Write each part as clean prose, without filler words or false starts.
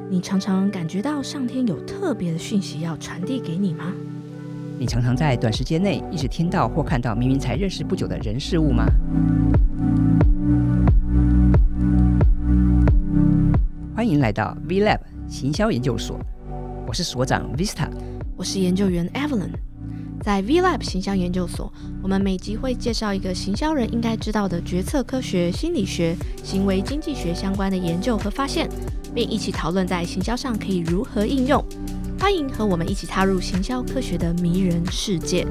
你常常感觉到上天有特别的讯息要传递给你吗？ 你常常在短时间内一直听到或看到明明才认识不久的人事物吗？欢迎来到 VLab 行销研究所，我是所长 Vista， 我是研究员 Evelyn。在 VLab 行销研究所，我们每集会介绍一个行销人应该知道的决策科学、心理学、行为经济学相关的研究和发现，并一起讨论在行销上可以如何应用。欢迎和我们一起踏入行销科学的迷人世界。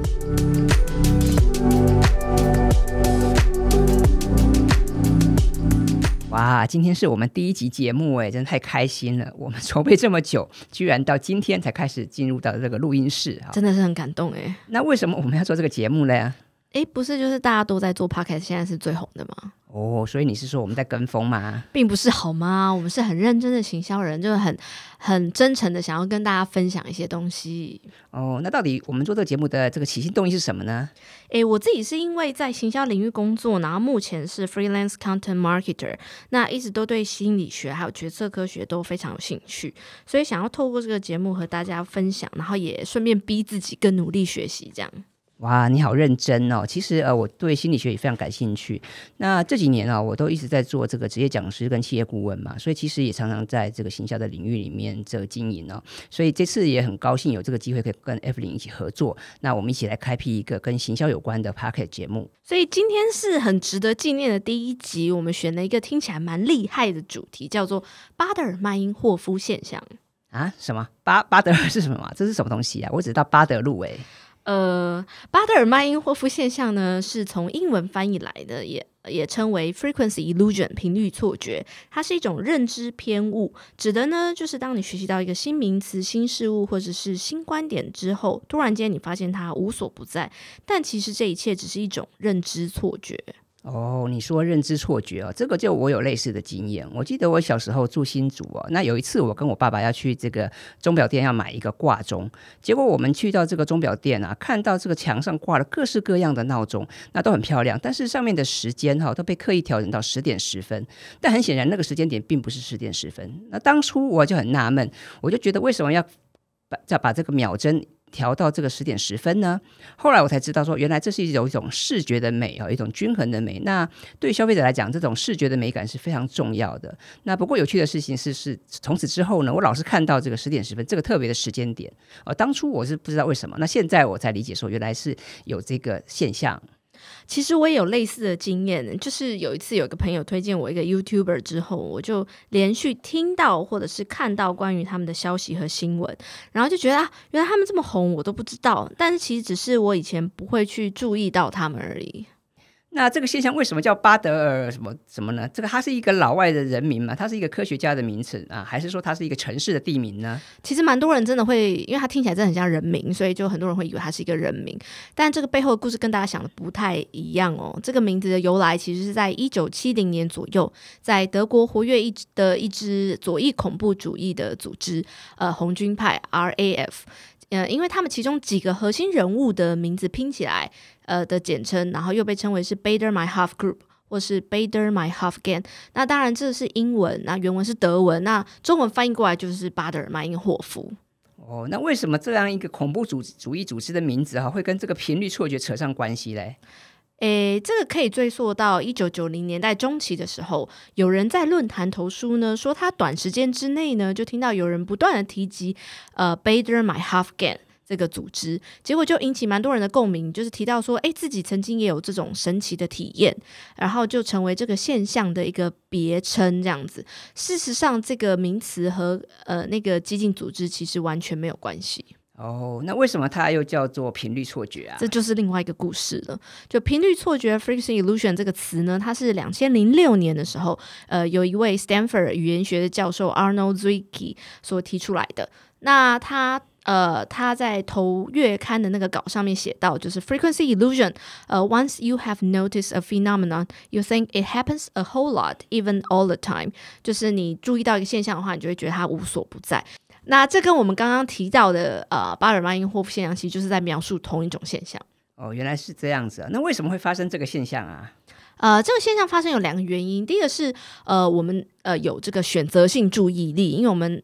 哇，今天是我们第一集节目耶，真的太开心了！我们筹备这么久，居然到今天才开始进入到这个录音室， 真的是很感动耶。 那为什么我们要做这个节目呢？ 不是就是大家都在做 podcast， 现在是最红的吗？ 所以你是说我们在跟风吗？ 并不是好吗？我们是很认真的行销人，就是很真诚的想要跟大家分享一些东西。 那到底我们做这个节目的这个起心动意是什么呢？ 我自己是因为在行销领域工作，然后目前是 freelance content marketer， 那一直都对心理学还有决策科学都非常有兴趣，所以想要透过这个节目和大家分享，然后也顺便逼自己更努力学习这样。 哇，你好认真哦！其实我对心理学也非常感兴趣。那这几年我都一直在做这个职业讲师跟企业顾问嘛，所以其实也常常在这个行销的领域里面这个经营哦。所以这次也很高兴有这个机会可以跟 Evelyn 一起合作，那我们一起来开辟一个跟行销有关的 Podcast 节目。 所以今天是很值得纪念的第一集，我们选了一个听起来蛮厉害的主题，叫做巴德尔曼因霍夫现象。 什么？巴德尔是什么？这是什么东西啊？我只知道巴德路巴德尔曼因霍夫现象呢，是从英文翻译来的，也称为 frequency illusion 频率错觉。它是一种认知偏误，指的呢就是当你学习到一个新名词、新事物或者是新观点之后，突然间你发现它无所不在，但其实这一切只是一种认知错觉。 你说认知错觉这个就我有类似的经验。我记得我小时候住新竹那有一次我跟我爸爸要去这个钟表店要买一个挂钟，结果我们去到这个钟表店看到这个墙上挂了各式各样的闹钟，那都很漂亮，但是上面的时间都被刻意调整到10点10分，但很显然那个时间点并不是10点10分。那当初我就很纳闷，我就觉得为什么要把这个秒针调到这个10点10分呢？后来我才知道说，原来这是有一种视觉的美一种均衡的美。那对消费者来讲，这种视觉的美感是非常重要的。那不过有趣的事情是从此之后呢，我老是看到这个10点10分这个特别的时间点当初我是不知道为什么，那现在我才理解说，原来是有这个现象。 其实我也有类似的经验，就是有一次有个朋友推荐我一个 YouTuber 之后，我就连续听到或者是看到关于他们的消息和新闻，然后就觉得原来他们这么红我都不知道，但是其实只是我以前不会去注意到他们而已。 那这个现象为什么叫巴德尔什么呢？这个它是一个老外的人名吗？它是一个科学家的名词还是说它是一个城市的地名呢？ 其实蛮多人真的会，因为它听起来真的很像人名，所以就很多人会以为它是一个人名，但这个背后的故事跟大家想的不太一样这个名字的由来其实是在1970年左右，在德国活跃的一支左翼恐怖主义的组织红军派 RAF。因为他们其中几个核心人物的名字拼起来的简称，然后又被称为是 Baader Meinhof Group 或是 Baader Meinhof Gang。那当然这是英文，那原文是德文，那中文翻译过来就是巴德尔曼因霍夫。 那为什么这样一个恐怖主义组织的名字会跟这个频率错觉扯上关系嘞？ 这个可以追溯到1990年代中期的时候，有人在论坛投书呢，说他短时间之内呢就听到有人不断的提及Baader Meinhof Gang 这个组织，结果就引起蛮多人的共鸣，就是提到说自己曾经也有这种神奇的体验，然后就成为这个现象的一个别称这样子。事实上这个名词和那个激进组织其实完全没有关系。 那为什么它又叫做频率错觉这就是另外一个故事了。就频率错觉 frequency illusion 这个词呢，它是2006年的时候有一位 Stanford 语言学的教授 Arnold Zwicky 所提出来的。那他在投月刊的那个稿上面写到，就是 frequency illusion once you have noticed a phenomenon you think it happens a whole lot even all the time， 就是你注意到一个现象的话，你就会觉得它无所不在。那这跟我们刚刚提到的巴尔曼因霍夫现象其实就是在描述同一种现象。 原来是这样子那为什么会发生这个现象这个现象发生有2个原因。第一个是我们有这个选择性注意力，因为我们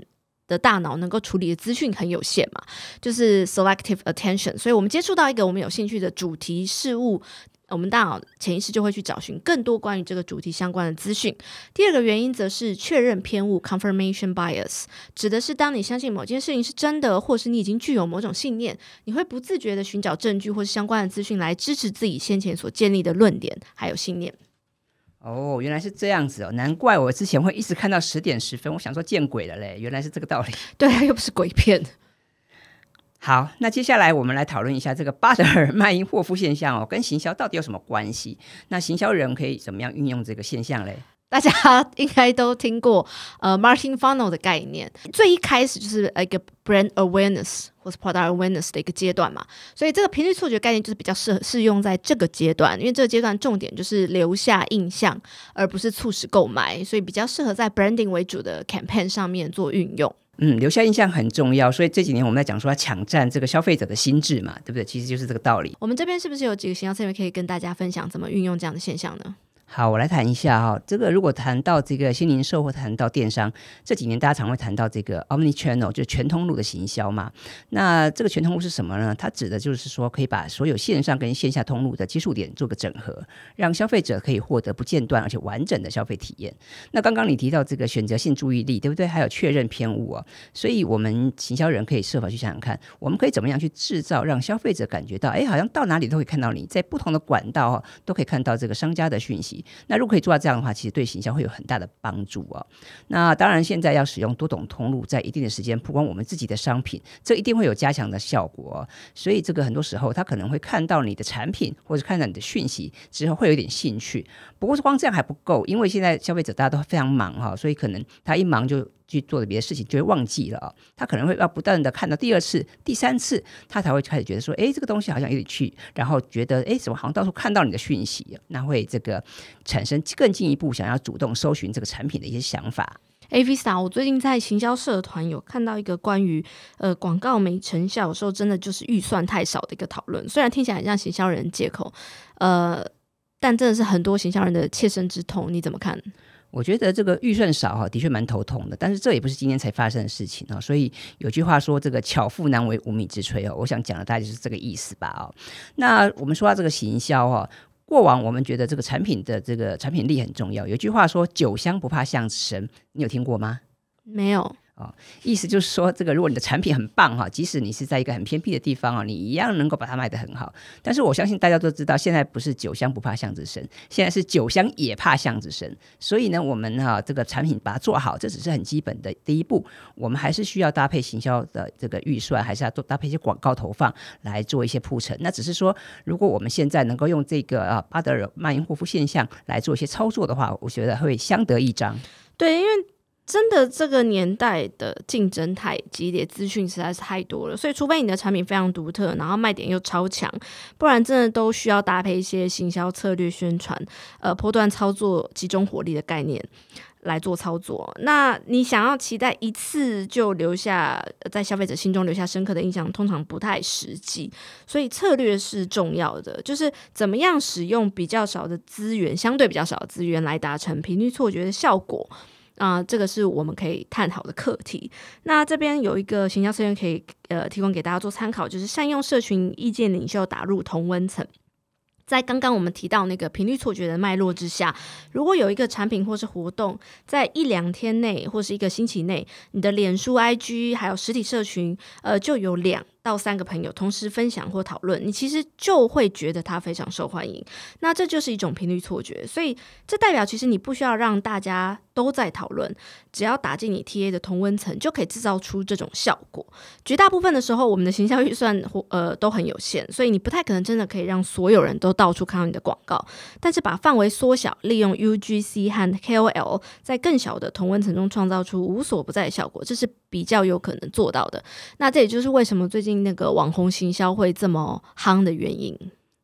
的大脑能够处理的资讯很有限嘛，就是 selective attention， 所以我们接触到一个我们有兴趣的主题事物，我们大脑潜意识就会去找寻更多关于这个主题相关的资讯。第二个原因则是确认偏误 confirmation bias， 指的是当你相信某件事情是真的，或是你已经具有某种信念，你会不自觉的寻找证据或是相关的资讯来支持自己先前所建立的论点还有信念。 哦，原来是这样子哦，难怪我之前会一直看到10点10分，我想说见鬼了嘞，原来是这个道理。 对啊，又不是鬼片。 好，那接下来我们来讨论一下这个巴德尔曼因霍夫现象哦，跟行销到底有什么关系？那行销人可以怎么样运用这个现象嘞？ 大家应该都听过Martin Funnel 的概念，最一开始就是一个 brand awareness 或是 product awareness 的一个阶段嘛，所以这个频率错觉概念就是比较适用在这个阶段，因为这个阶段重点就是留下印象，而不是促使购买，所以比较适合在 branding 为主的 campaign 上面做运用。 留下印象很重要，所以这几年我们在讲说要抢占这个消费者的心智嘛，对不对？其实就是这个道理。 我们这边是不是有几个行销策略可以跟大家分享怎么运用这样的现象呢？ 好，我来谈一下哈，这个如果谈到这个新零售或谈到电商，这几年大家常会谈到这个 omni-channel， 就是全通路的行销嘛。那这个全通路是什么呢？它指的就是说可以把所有线上跟线下通路的接触点做个整合，让消费者可以获得不间断而且完整的消费体验。那刚刚你提到这个选择性注意力，对不对？还有确认偏误啊，所以我们行销人可以设法去想想看，我们可以怎么样去制造让消费者感觉到，好像到哪里都可以看到你，在不同的管道都可以看到这个商家的讯息。那如果可以做到这样的话，其实对行销会有很大的帮助哦。那当然，现在要使用多种通路，在一定的时间曝光我们自己的商品，这一定会有加强的效果哦。所以这个很多时候，他可能会看到你的产品，或者看到你的讯息之后，会有点兴趣。不过光这样还不够，因为现在消费者大家都非常忙哈，所以可能他一忙就去做的别的事情，就会忘记了哦。他可能会要不断的看到第2次、第3次，他才会开始觉得说，这个东西好像有点趣，然后觉得，怎么好像到处看到你的讯息，那会这个产生更进一步想要主动搜寻这个产品的一些想法。 Vista， 我最近在行销社团有看到一个关于广告没成效，有时候真的就是预算太少的一个讨论。虽然听起来很像行销人借口，但真的是很多行销人的切身之痛。你怎么看？ 我觉得这个预算少的确蛮头痛的，但是这也不是今天才发生的事情所以有句话说这个巧妇难为无米之炊我想讲的大概就是这个意思吧那我们说到这个行销过往我们觉得这个产品的这个产品力很重要，有句话说酒香不怕巷子深，你有听过吗？ 没有。 意思就是说，这个如果你的产品很棒即使你是在一个很偏僻的地方你一样能够把它卖得很好。但是我相信大家都知道，现在不是酒香不怕巷子深，现在是酒香也怕巷子深。所以呢，我们这个产品把它做好，这只是很基本的第一步。我们还是需要搭配行销的这个预算，还是要搭配一些广告投放来做一些铺陈。那只是说，如果我们现在能够用这个巴德尔曼因霍夫现象来做一些操作的话，我觉得会相得益彰。 对，因为真的这个年代的竞争太激烈，资讯实在是太多了，所以除非你的产品非常独特，然后卖点又超强，不然真的都需要搭配一些行销策略宣传波段操作集中火力的概念来做操作。那你想要期待一次就留下在消费者心中留下深刻的印象，通常不太实际，所以策略是重要的，就是怎么样使用比较少的资源，相对比较少的资源来达成频率错觉的效果这个是我们可以探讨的课题。那这边有一个行销策略可以提供给大家做参考，就是善用社群意见领袖打入同温层。在刚刚我们提到那个频率错觉的脉络之下，如果有一个产品或是活动在1-2天内或是1个星期内，你的脸书 IG 还有实体社群就有2到3个朋友同时分享或讨论，你其实就会觉得它非常受欢迎。那这就是一种频率错觉，所以这代表其实你不需要让大家都在讨论，只要打进你 TA 的同温层就可以制造出这种效果。绝大部分的时候我们的行销预算都很有限，所以你不太可能真的可以让所有人都到处看到你的广告，但是把范围缩小，利用 UGC 和 KOL 在更小的同温层中创造出无所不在的效果，这是比较有可能做到的。那这也就是为什么最近那个网红行销会这么夯的原因。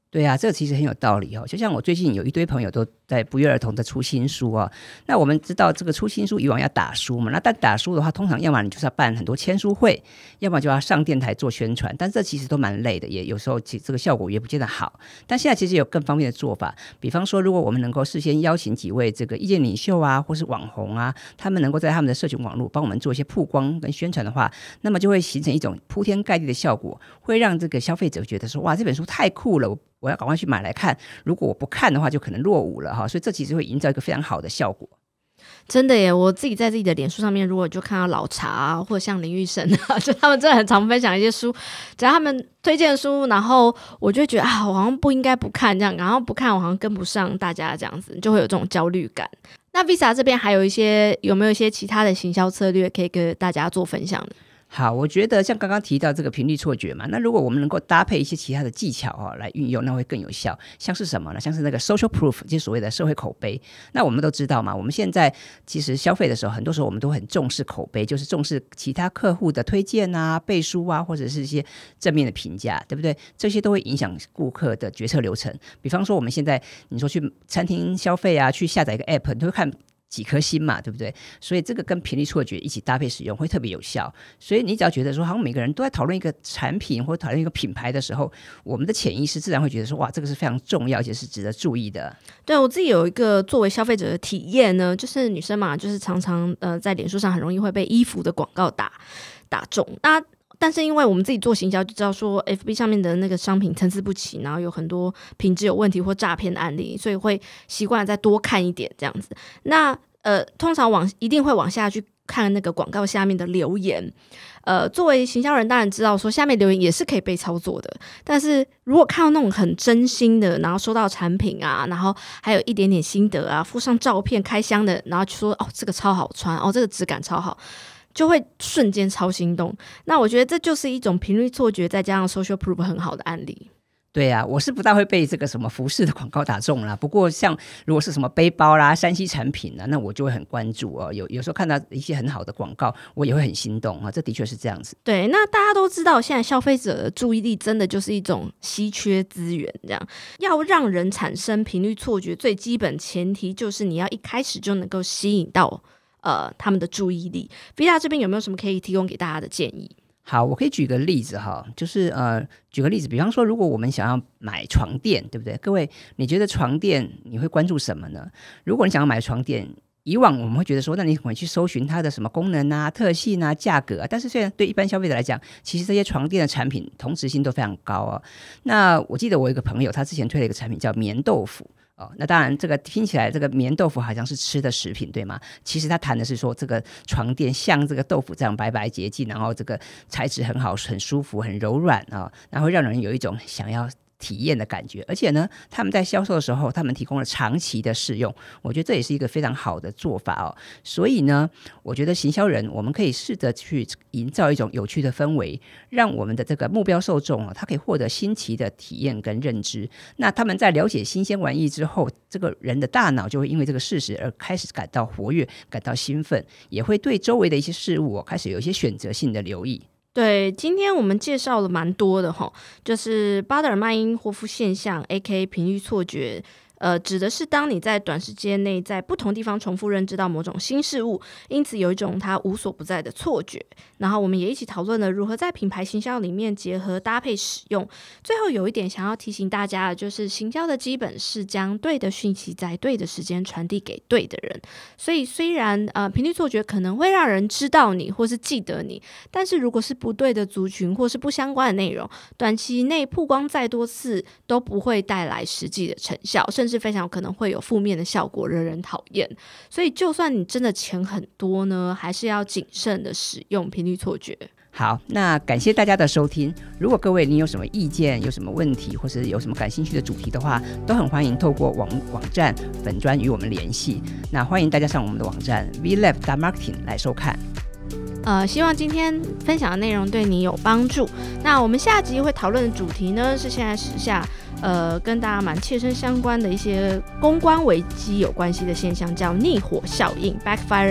对啊，这个其实很有道理哦。就像我最近有一堆朋友都在不约而同的出新书哦。那我们知道这个出新书以往要打书嘛，那但打书的话，通常要么你就是要办很多签书会，要么就要上电台做宣传，但这其实都蛮累的，也有时候这个效果也不见得好。但现在其实有更方便的做法，比方说，如果我们能够事先邀请几位这个意见领袖啊，或是网红啊，他们能够在他们的社群网络帮我们做一些曝光跟宣传的话，那么就会形成一种铺天盖地的效果，会让这个消费者觉得说，哇，这本书太酷了，我要赶快去买来看，如果我不看的话就可能落伍了哈，所以这其实会营造一个非常好的效果。 真的耶，我自己在自己的脸书上面，如果就看到老茶啊，或者像林玉生啊，就他们真的很常分享一些书，只要他们推荐的书，然后我就会觉得啊，我好像不应该不看这样，然后不看我好像跟不上大家这样子，就会有这种焦虑感。那 Visa 这边还有没有一些其他的行销策略可以跟大家做分享的？ 好，我觉得像刚刚提到这个频率错觉嘛，那如果我们能够搭配一些其他的技巧来运用，那会更有效。像是什么呢？像是那个 social proof， 就是所谓的社会口碑。那我们都知道嘛，我们现在其实消费的时候，很多时候我们都很重视口碑，就是重视其他客户的推荐啊、背书啊，或者是一些正面的评价，对不对？这些都会影响顾客的决策流程。比方说，我们现在你说去餐厅消费啊，去下载一个 app， 你都会看几颗星嘛，对不对？所以这个跟频率错觉一起搭配使用会特别有效。所以你只要觉得说，好像每个人都在讨论一个产品或讨论一个品牌的时候，我们的潜意识自然会觉得说，哇，这个是非常重要，而且是值得注意的。 对，我自己有一个作为消费者的体验呢，就是女生嘛，就是常常在脸书上很容易会被衣服的广告打中。但是因为我们自己做行销就知道说 FB 上面的那个商品参差不齐，然后有很多品质有问题或诈骗的案例，所以会习惯再多看一点这样子。那通常一定会往下去看那个广告下面的留言。作为行销人当然知道说下面留言也是可以被操作的，但是如果看到那种很真心的，然后收到产品啊，然后还有一点点心得啊，附上照片开箱的，然后就说哦这个超好穿，哦这个质感超好，就会瞬间超心动。那我觉得这就是一种频率错觉再加上 social proof 很好的案例。 对啊，我是不大会被这个什么服饰的广告打中啦。不过像如果是什么背包啦、3C 产品啦，那我就会很关注哦。有时候看到一些很好的广告，我也会很心动啊。这的确是这样子。 对，那大家都知道，现在消费者的注意力真的就是一种稀缺资源，这样要让人产生频率错觉，最基本前提就是你要一开始就能够吸引到他们的注意力。Vita 这边有没有什么可以提供给大家的建议？ 好，我可以举个例子哈，就是举个例子，比方说，如果我们想要买床垫，对不对？各位，你觉得床垫你会关注什么呢？如果你想要买床垫，以往我们会觉得说，那你可能去搜寻它的什么功能啊、特性啊、价格啊，但是虽然对一般消费者来讲，其实这些床垫的产品同质性都非常高哦。那我记得我有一个朋友，他之前推了一个产品叫棉豆腐。那当然，这个听起来这个棉豆腐好像是吃的食品，对吗？其实他谈的是说，这个床垫像这个豆腐这样白白洁净，然后这个材质很好、很舒服、很柔软啊，然后会让人有一种想要体验的感觉。而且呢，他们在销售的时候，他们提供了长期的试用，我觉得这也是一个非常好的做法哦。所以呢，我觉得行销人我们可以试着去营造一种有趣的氛围，让我们的这个目标受众他可以获得新奇的体验跟认知。那他们在了解新鲜玩意之后，这个人的大脑就会因为这个事实而开始感到活跃，感到兴奋，也会对周围的一些事物开始有一些选择性的留意。 对，今天我们介绍了蛮多的齁，就是巴德尔曼因霍夫现象 aka 频率错觉，指的是当你在短时间内在不同地方重复认知到某种新事物，因此有一种它无所不在的错觉。然后我们也一起讨论了如何在品牌行销里面结合搭配使用。最后有一点想要提醒大家的就是行销的基本是将对的讯息在对的时间传递给对的人。所以虽然频率错觉可能会让人知道你或是记得你，但是如果是不对的族群或是不相关的内容，短期内曝光再多次都不会带来实际的成效，甚至非常有可能会有负面的效果，惹人讨厌。所以就算你真的钱很多呢，还是要谨慎的使用频率错觉。 好，那感谢大家的收听。如果各位你有什么意见、有什么问题，或是有什么感兴趣的主题的话，都很欢迎透过网站粉专与我们联系。那欢迎大家上我们的网站 vlab.marketing 来收看。 希望今天分享的内容对你有帮助。那我们下集会讨论的主题呢，是现在时下跟大家蛮切身相关的一些公关危机有关系的现象，叫逆火效应 （backfire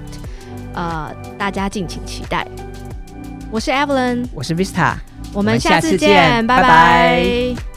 effect）。大家敬请期待。我是 Evelyn， 我是 Vista， 我们下次见，拜拜。